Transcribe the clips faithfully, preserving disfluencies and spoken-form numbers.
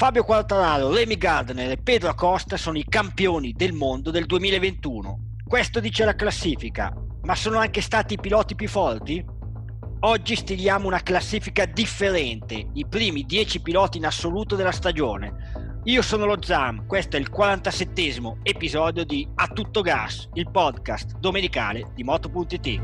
Fabio Quartararo, Remy Gardner e Pedro Acosta sono i campioni del mondo del duemilaventuno. Questo dice la classifica, ma sono anche stati i piloti più forti? Oggi stiliamo una classifica differente, i primi dieci piloti in assoluto della stagione. Io sono lo Zam, questo è il quarantasettesimo episodio di A Tutto Gas, il podcast domenicale di Moto punto it.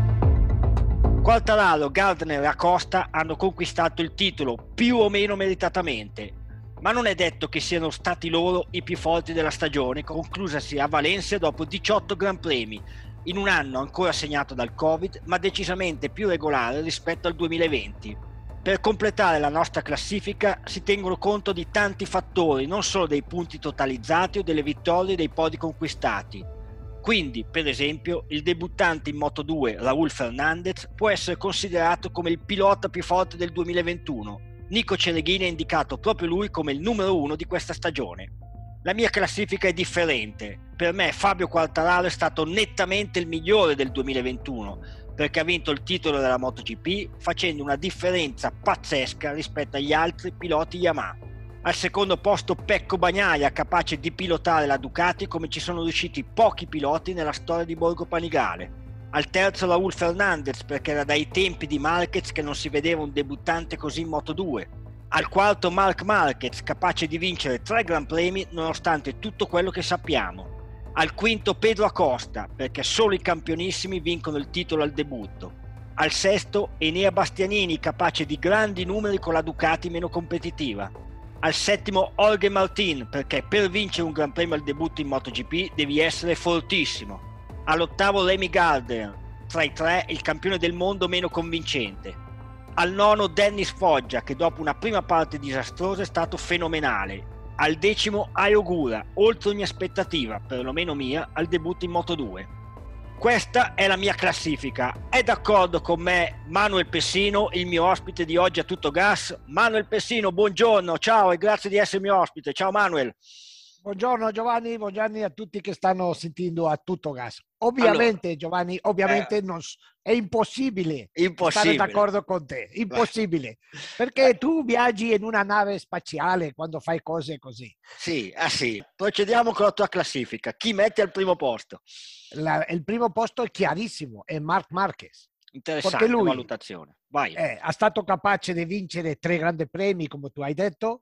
Quartararo, Gardner e Acosta hanno conquistato il titolo più o meno meritatamente, ma non è detto che siano stati loro i più forti della stagione, conclusasi a Valencia dopo diciotto Gran Premi, in un anno ancora segnato dal Covid, ma decisamente più regolare rispetto al duemilaventi. Per completare la nostra classifica si tengono conto di tanti fattori, non solo dei punti totalizzati o delle vittorie e dei podi conquistati. Quindi, per esempio, il debuttante in Moto due, Raúl Fernández, può essere considerato come il pilota più forte del duemilaventuno. Nico Cereghini ha indicato proprio lui come il numero uno di questa stagione. La mia classifica è differente. Per me Fabio Quartararo è stato nettamente il migliore del duemilaventuno, perché ha vinto il titolo della MotoGP facendo una differenza pazzesca rispetto agli altri piloti Yamaha. Al secondo posto Pecco Bagnaia, capace di pilotare la Ducati come ci sono riusciti pochi piloti nella storia di Borgo Panigale. Al terzo Raúl Fernández, perché era dai tempi di Marquez che non si vedeva un debuttante così in Moto due. Al quarto Marc Marquez, capace di vincere tre Gran Premi nonostante tutto quello che sappiamo. Al quinto Pedro Acosta, perché solo i campionissimi vincono il titolo al debutto. Al sesto Enea Bastianini, capace di grandi numeri con la Ducati meno competitiva. Al settimo Jorge Martin, perché per vincere un Gran Premio al debutto in MotoGP devi essere fortissimo. All'ottavo Remy Gardner, tra i tre il campione del mondo meno convincente. Al nono Dennis Foggia, che dopo una prima parte disastrosa è stato fenomenale. Al decimo Ai Ogura, oltre ogni aspettativa, perlomeno mia, al debutto in Moto due. Questa è la mia classifica. È d'accordo con me Manuel Pessino, il mio ospite di oggi a Tutto Gas? Manuel Pessino, buongiorno, ciao e grazie di essermi ospite. Ciao Manuel. Buongiorno Giovanni, buongiorno a tutti che stanno sentendo a Tutto Gas. Ovviamente allora, Giovanni, ovviamente eh, non, è impossibile, impossibile stare d'accordo con te, impossibile, perché tu viaggi in una nave spaziale quando fai cose così. Sì, ah sì, procediamo con la tua classifica. Chi metti al primo posto? La, il primo posto è chiarissimo, è Marc Marquez. Interessante lui, valutazione. Vai. Eh, ha stato capace di vincere tre grandi premi, come tu hai detto.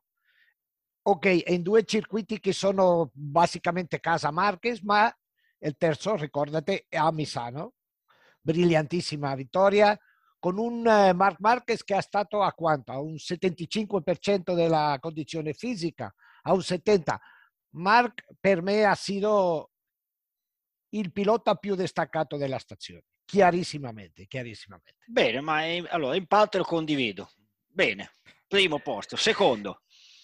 Ok, in due circuiti che sono basicamente casa Marquez, ma il terzo, ricordate, è a Misano. Brillantissima vittoria con un eh, Marc Marquez che è stato a quanto? A un settantacinque per cento della condizione fisica, a un settanta per cento. Marc per me ha sido il pilota più distaccato della stazione, chiarissimamente, chiarissimamente. Bene, ma in, allora in parte lo condivido. Bene, primo posto. Secondo?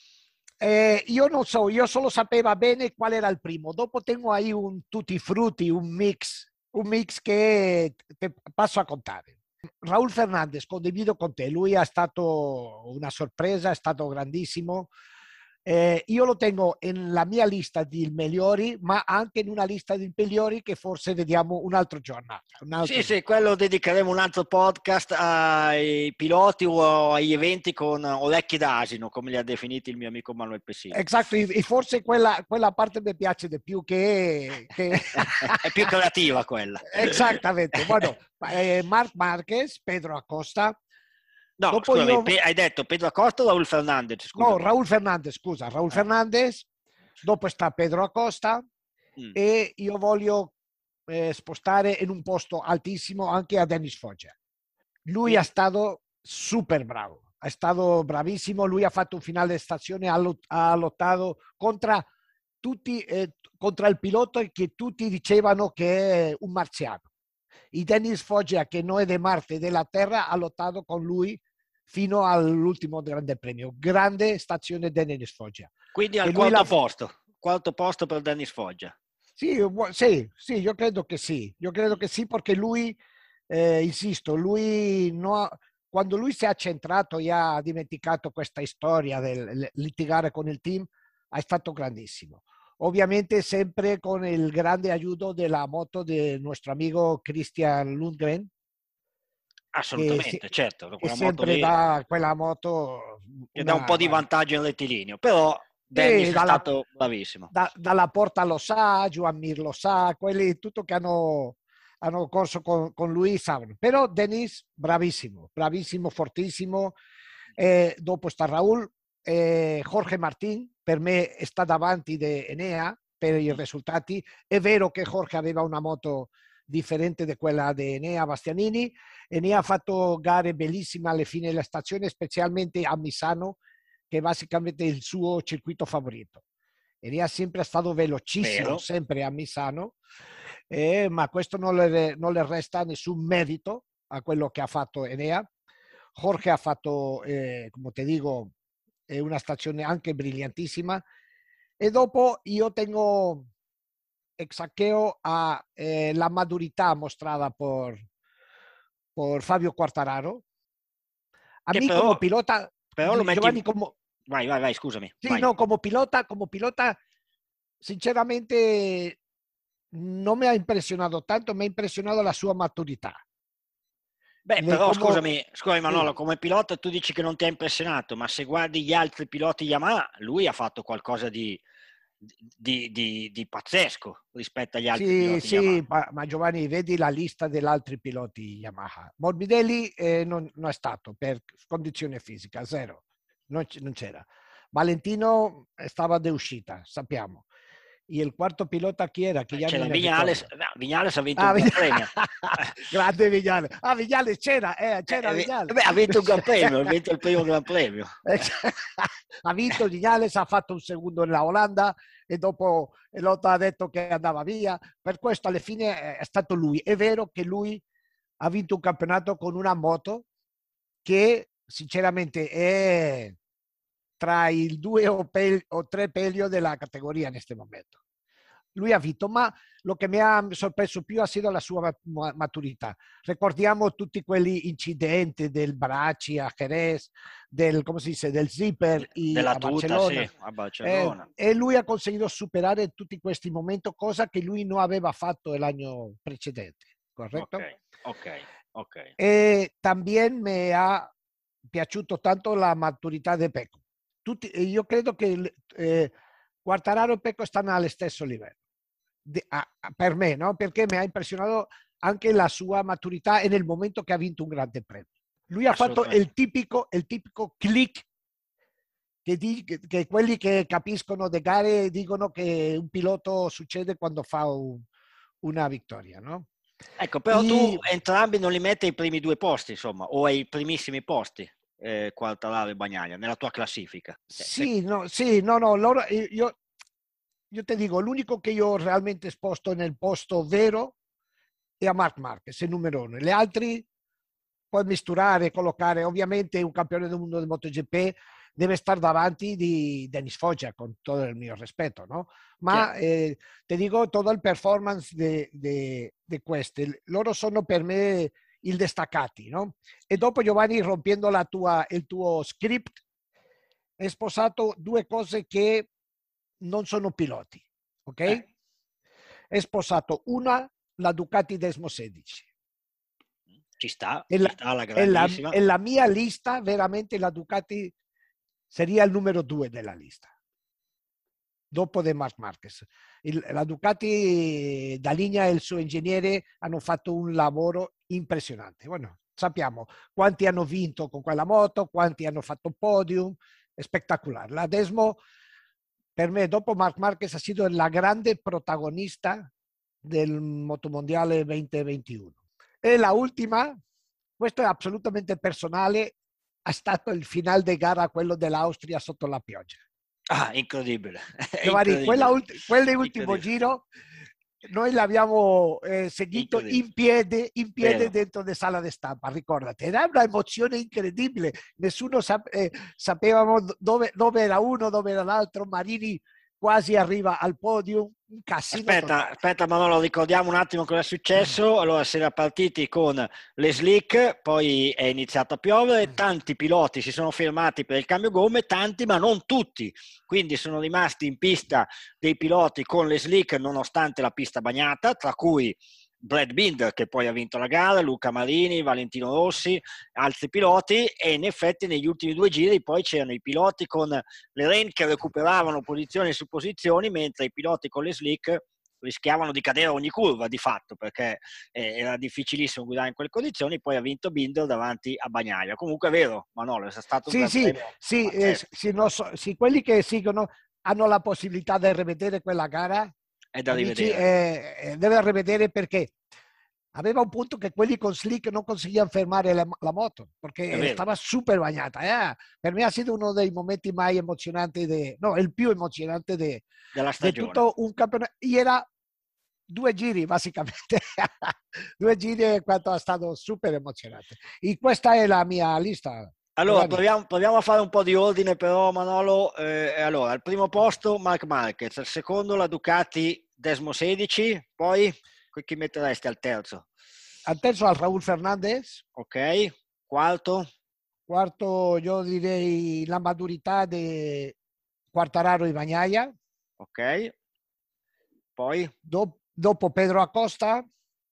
Eh, io non so, io solo sapevo bene qual era il primo. Dopo tengo ahí un tutti frutti, un mix, un mix che te passo a contare. Raúl Fernández, condivido con te, lui è stato una sorpresa, è stato grandissimo. Eh, io lo tengo nella mia lista di migliori, ma anche in una lista di migliori che forse vediamo un altro giornata. Un altro sì, giorno. sì, quello dedicheremo un altro podcast ai piloti o agli eventi con orecchie d'asino, come li ha definiti il mio amico Manuel Pessino. Esatto, e forse quella, quella parte mi piace di più che... che... è più creativa quella. Esattamente. Bueno, eh, Marc Marquez, Pedro Acosta. No, Dopo scusami, io... Pe- hai detto Pedro Acosta o Raúl Fernández? Scusa. No, Raúl Fernández, scusa, Raúl ah. Fernández, dopo sta Pedro Acosta mm. e io voglio eh, spostare in un posto altissimo anche a Dennis Foggia. Lui mm. è stato super bravo, è stato bravissimo, lui ha fatto un finale di stazione, ha, lot- ha lottato contro tutti, eh, contro il pilota che tutti dicevano che è un marziano. E Dennis Foggia, che non è di Marte, della Terra, ha lottato con lui fino all'ultimo grande premio. Grande stazione Dennis Foggia. Quindi al quarto la... posto. Quarto posto per Dennis Foggia. Sì, sì, sì, io credo che sì. Io credo che sì perché lui, eh, insisto, lui no, quando lui si è centrato e ha dimenticato questa storia del litigare con il team, è stato grandissimo. Ovviamente sempre con il grande aiuto della moto del nostro amico Christian Lundgren, Assolutamente, che, certo. che Quella moto sempre lì dà quella moto che dà un una, po' di guarda, vantaggio in rettilineo, però Dennis sì, è dalla, stato bravissimo. da, dalla Porta lo sa, Joan Mir lo sa, quelli tutto che hanno, hanno corso con, con lui sanno. Però Dennis, bravissimo, bravissimo, fortissimo. E dopo sta Raul, e Jorge Martín, per me sta davanti di Enea per i risultati. È vero che Jorge aveva una moto differente da quella di Enea Bastianini. Enea ha fatto gare bellissime alle fine della stagione, specialmente a Misano, che è basicamente il suo circuito favorito. Enea è sempre stato velocissimo, Vero. sempre a Misano, eh, ma questo non le, non le resta nessun merito a quello che ha fatto Enea. Jorge ha fatto, eh, come ti dico, è una stagione anche brillantissima. E dopo io tengo exaqueo a eh, la maturità mostrata por, por Fabio Quartararo. A Che mí però, como pilota, però lo metti... Giovanni, como, Vai, vai, vai, scusami. sí, Vai. no, como pilota, como pilota, sinceramente no me ha impresionado tanto, me ha impresionado la sua maturità. Beh, Le però como, scusami, scusami sì. Manolo, come pilota tu dici che non ti ha impressionato, ma se guardi gli altri piloti Yamaha, lui ha fatto qualcosa di, di, di, di pazzesco rispetto agli altri Sì, piloti Yamaha. sì, ma, ma Giovanni, vedi la lista degli altri piloti Yamaha. Morbidelli eh, non, non è stato per condizione fisica, zero, non, non c'era. Valentino stava di uscita, sappiamo. E il quarto pilota chi era? Che già non C'era ne Vignales, ricordo. no, Vignales ha vinto Ah, un Gran Premio. grande Vignales. Ah, Vignales c'era, eh, c'era Eh, Vignales. beh, ha vinto un Gran Premio, ha vinto il primo Gran Premio. Ha vinto Vignales, ha fatto un secondo nella Olanda e dopo Lotta ha detto che andava via. Per questo alla fine è stato lui. È vero che lui ha vinto un campionato con una moto che sinceramente è tra il due o, pel- o tre pelio della categoria in questo momento. Lui ha vinto, ma lo che mi ha sorpreso più ha sido la sua maturità. Ricordiamo tutti quegli incidenti del Bracci a Jerez, del, come si dice, del Zipper Della a tuta, sì, Barcellona. a Eh, Barcellona. e lui ha conseguito superare tutti questi momenti, cosa che lui non aveva fatto l'anno precedente, Ok, corretto? ok, ok. E también me ha piaciuto tanto la maturità di Pecco. Tutti, io credo che eh, Quartararo e Pecco stanno allo stesso livello. De, a, a, per me, no? Perché mi ha impressionato anche la sua maturità e nel momento che ha vinto un grande premio. Lui ha fatto il tipico, il tipico click che, di, che, che quelli che capiscono le gare dicono che un pilota succede quando fa un, una vittoria, no? Ecco, però tu E, entrambi non li metti ai primi due posti, insomma, o ai primissimi posti, eh, Quartararo e Bagnaia, nella tua classifica. Cioè, se... sì, no, sì, no, no, loro, io, io ti dico, l'unico che io ho realmente esposto nel posto vero è a Marc Marquez, il numero uno. Le altri puoi misturare, collocare, ovviamente un campione del mondo del MotoGP deve stare davanti di Dennis Foggia, con tutto il mio rispetto, no? Ma eh, ti dico, tutto il performance di queste, loro sono per me il destaccati, no? E dopo Giovanni, rompendo la tua, il tuo script, hai sposato due cose che non sono piloti, ok? Eh. È sposato una, la Ducati Desmo sedici. Ci sta, E ci la, sta la e la, grandissima. e la mia lista, veramente la Ducati seria il numero due della lista. Dopo De Marc Marquez. Il, la Ducati, Daligna e il suo ingegnere hanno fatto un lavoro impressionante. Bueno, sappiamo quanti hanno vinto con quella moto, quanti hanno fatto podium, è spettacolare. La Desmo, per me, dopo Marc Marquez, ha sido la grande protagonista del Motomondiale duemilaventuno. E la ultima, questo è assolutamente personale, è stato il finale di gara, quello dell'Austria sotto la pioggia. Ah, incredibile. Giovanni, quell'ultimo giro noi l'abbiamo eh, seguito in piede, in piede dentro di sala di stampa, ricordati, era una emozione incredibile, nessuno sap- eh, sapevamo dove, dove era uno, dove era l'altro. Marini quasi arriva al podium, un casino aspetta, totale. aspetta Manolo, ricordiamo un attimo cosa è successo. Allora si era partiti con le slick, poi è iniziato a piovere, tanti piloti si sono fermati per il cambio gomme, tanti ma non tutti, quindi sono rimasti in pista dei piloti con le slick nonostante la pista bagnata, tra cui Brad Binder che poi ha vinto la gara, Luca Marini, Valentino Rossi, altri piloti, e in effetti negli ultimi due giri poi c'erano i piloti con le Rein che recuperavano posizioni su posizioni, mentre i piloti con le slick rischiavano di cadere ogni curva di fatto, perché eh, era difficilissimo guidare in quelle condizioni. Poi ha vinto Binder davanti a Bagnaia. Comunque è vero, Manolo, è stato un Sì, gran sì, premio sì, eh, pazzesco. sì, no, so- sì, quelli che seguono hanno la possibilità di rivedere quella gara, È da amici, rivedere. eh, eh, deve rivedere perché aveva un punto che quelli con slick non conseguivano fermare la, la moto, È perché vero, stava super bagnata. Eh. Per me ha sido uno dei momenti mai emozionanti, de, no, il più emozionante della di stagione. tutto un campionato. Y era due giri, basicamente. Due giri è quanto è stato super emozionante. E questa è la mia lista. Allora, Giovanni. proviamo, proviamo a fare un po' di ordine però, Manolo. Eh, allora, al primo posto Marc Marquez, al secondo la Ducati Desmo sedici, poi chi metteresti al terzo? Al terzo al Raúl Fernández. Ok, quarto? Cuarto, yo direi la maturità di Quartararo e Bagnaia. Ok, poi? Do, dopo Pedro Acosta,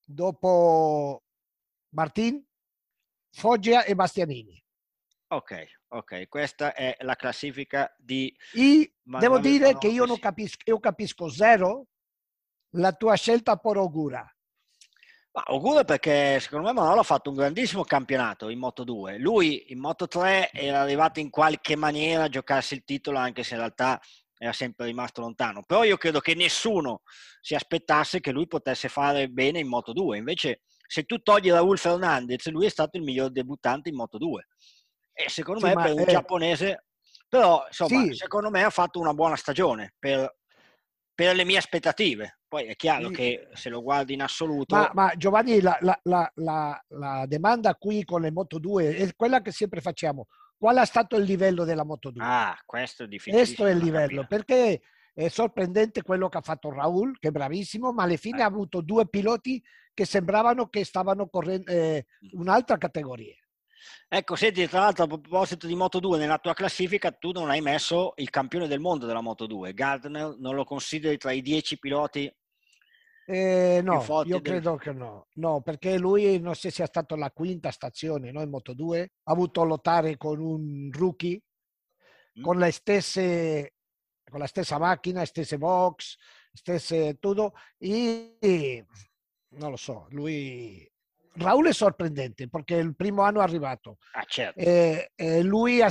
dopo Martin, Foggia e Bastianini. Ok, ok, questa è la classifica di E devo Manuel dire che Manolo io non Pessina. capisco, io capisco zero la tua scelta per Ogura. Ma auguro, perché secondo me Manolo ha fatto un grandissimo campionato in Moto due. Lui in Moto tre era arrivato in qualche maniera a giocarsi il titolo, anche se in realtà era sempre rimasto lontano. Però io credo che nessuno si aspettasse che lui potesse fare bene in Moto due. Invece, se tu togli Raúl Fernandez, lui è stato il miglior debuttante in Moto due. E secondo Sì, me ma per un eh, giapponese, però insomma, sì, secondo me ha fatto una buona stagione per, per le mie aspettative. Poi è chiaro che se lo guardi in ma, assoluto... ma Giovanni, la, la, la, la, la domanda qui con le Moto due è quella che sempre facciamo. Qual è stato il livello della Moto due? Ah, questo è Questo è difficilissimo il da livello, capire. perché è sorprendente quello che ha fatto Raul, che è bravissimo, ma alla fine Eh. ha avuto due piloti che sembravano che stavano correndo eh, un'altra categoria. Ecco, senti, tra l'altro a proposito di Moto due, nella tua classifica tu non hai messo il campione del mondo della Moto due. Gardner non lo consideri tra i dieci piloti Eh, più no, forti io del... credo che no, no, perché lui non so se sia stato la quinta stazione, no, in Moto due, ha avuto a lottare con un rookie, Mm? con le stesse, con la stessa macchina, stesse box, stesse tutto, e non lo so, lui... Raul è sorprendente perché il primo anno è arrivato. Ah, certo. Eh, eh, lui ha,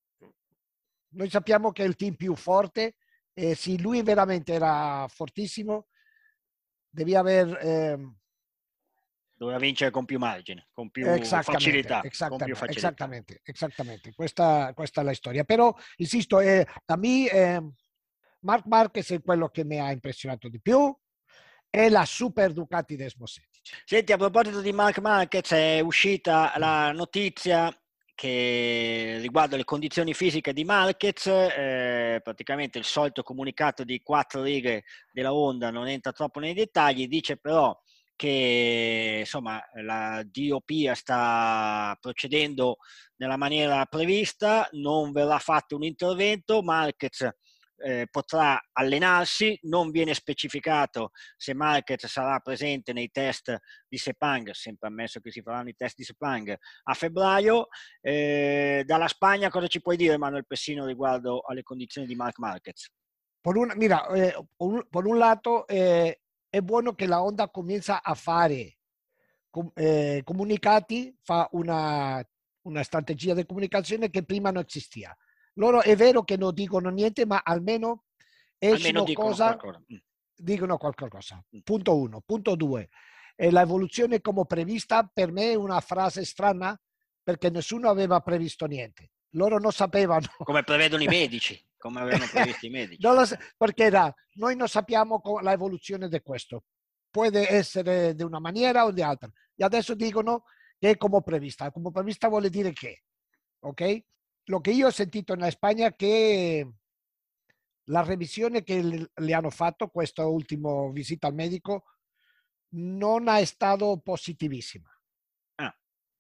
noi sappiamo che è il team più forte e se lui veramente era fortissimo, devi aver... Eh, Doveva vincere con più margine, con più Exactamente, facilità, con più exactamente, facilità. exactamente, exactamente. Questa, questa è la storia. Però, insisto, eh, a me eh, Marc Marquez è quello che mi ha impressionato di più, è la Super Ducati Desmo sedici. Senti, a proposito di Marc Marquez, è uscita la notizia che riguarda le condizioni fisiche di Marquez, eh, praticamente il solito comunicato di quattro righe della Honda non entra troppo nei dettagli, dice però che insomma la D O P sta procedendo nella maniera prevista, non verrà fatto un intervento, Marquez eh, potrà allenarsi, non viene specificato se Marquez sarà presente nei test di Sepang, sempre ammesso che si faranno i test di Sepang a febbraio. Eh, dalla Spagna cosa ci puoi dire, Manuel Pessino, riguardo alle condizioni di Marc Marquez? Por un, mira, eh, por, un, por, un, lato eh, è buono che la Honda comienza a fare com, eh, comunicati, fa una, una strategia di comunicazione che prima non esisteva. Loro è vero che non dicono niente, ma almeno Almeno escono dicono cosa, qualcosa. Mm. dicono qualcosa. Mm. Punto uno. Punto due. E l'evoluzione come prevista per me è una frase strana perché nessuno aveva previsto niente. Loro non sapevano. Come prevedono i medici, come avevano previsto i medici. non lo so, perché era, noi non sappiamo l'evoluzione di questo. Può essere di una maniera o di altra. E adesso dicono che è come prevista. Come prevista vuol dire che, ok? Lo che io ho sentito in Spagna è che la revisione che le hanno fatto, questa ultima visita al medico, non è stata positivissima. Ah.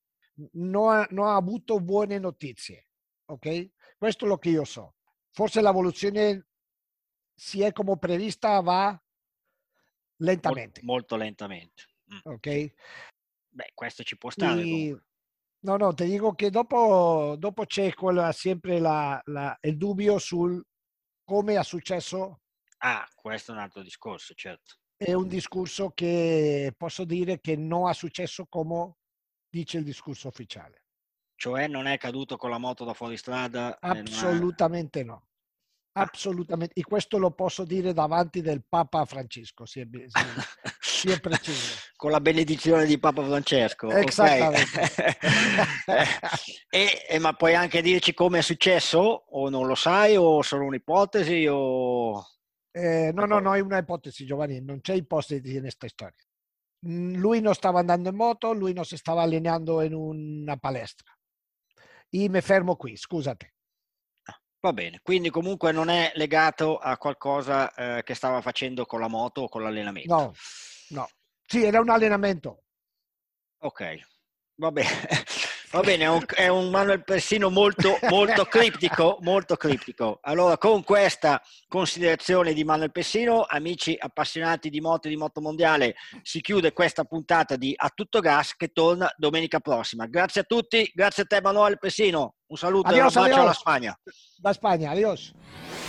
Non ha, non ha avuto buone notizie, ok? Questo è lo che io so. Forse l'evoluzione, se è come prevista, va lentamente. Molto, molto lentamente. ok? Beh, questo ci può stare. E, no, no, ti dico che dopo, dopo c'è quella, sempre la, la, il dubbio sul come ha successo. Ah, questo è un altro discorso, certo. È un discorso che posso dire che non ha successo come dice il discorso ufficiale. Cioè non è caduto con la moto da fuoristrada? Assolutamente no. Assolutamente. E questo lo posso dire davanti del Papa Francesco, si è, si, si è preciso. Con la benedizione di Papa Francesco. Esattamente. Okay. e, e, ma puoi anche dirci come è successo? O non lo sai? O solo un'ipotesi? O... Eh, no, no, no, è una ipotesi, Giovanni, non c'è ipotesi in questa storia. Lui non stava andando in moto, lui non si stava allenando in una palestra. Io mi fermo qui, scusate. Va bene, quindi comunque non è legato a qualcosa eh, che stava facendo con la moto o con l'allenamento. No, no. Sì, era un allenamento. Ok, va bene. Va bene, è un, è un Manuel Persino molto, molto criptico, molto criptico. Allora, con questa considerazione di Manuel Persino, amici appassionati di moto e di moto mondiale, si chiude questa puntata di A Tutto Gas che torna domenica prossima. Grazie a tutti, grazie a te Manuel Persino, un saluto Adios, e un abbraccio adios. alla Spagna. Da Spagna, adios.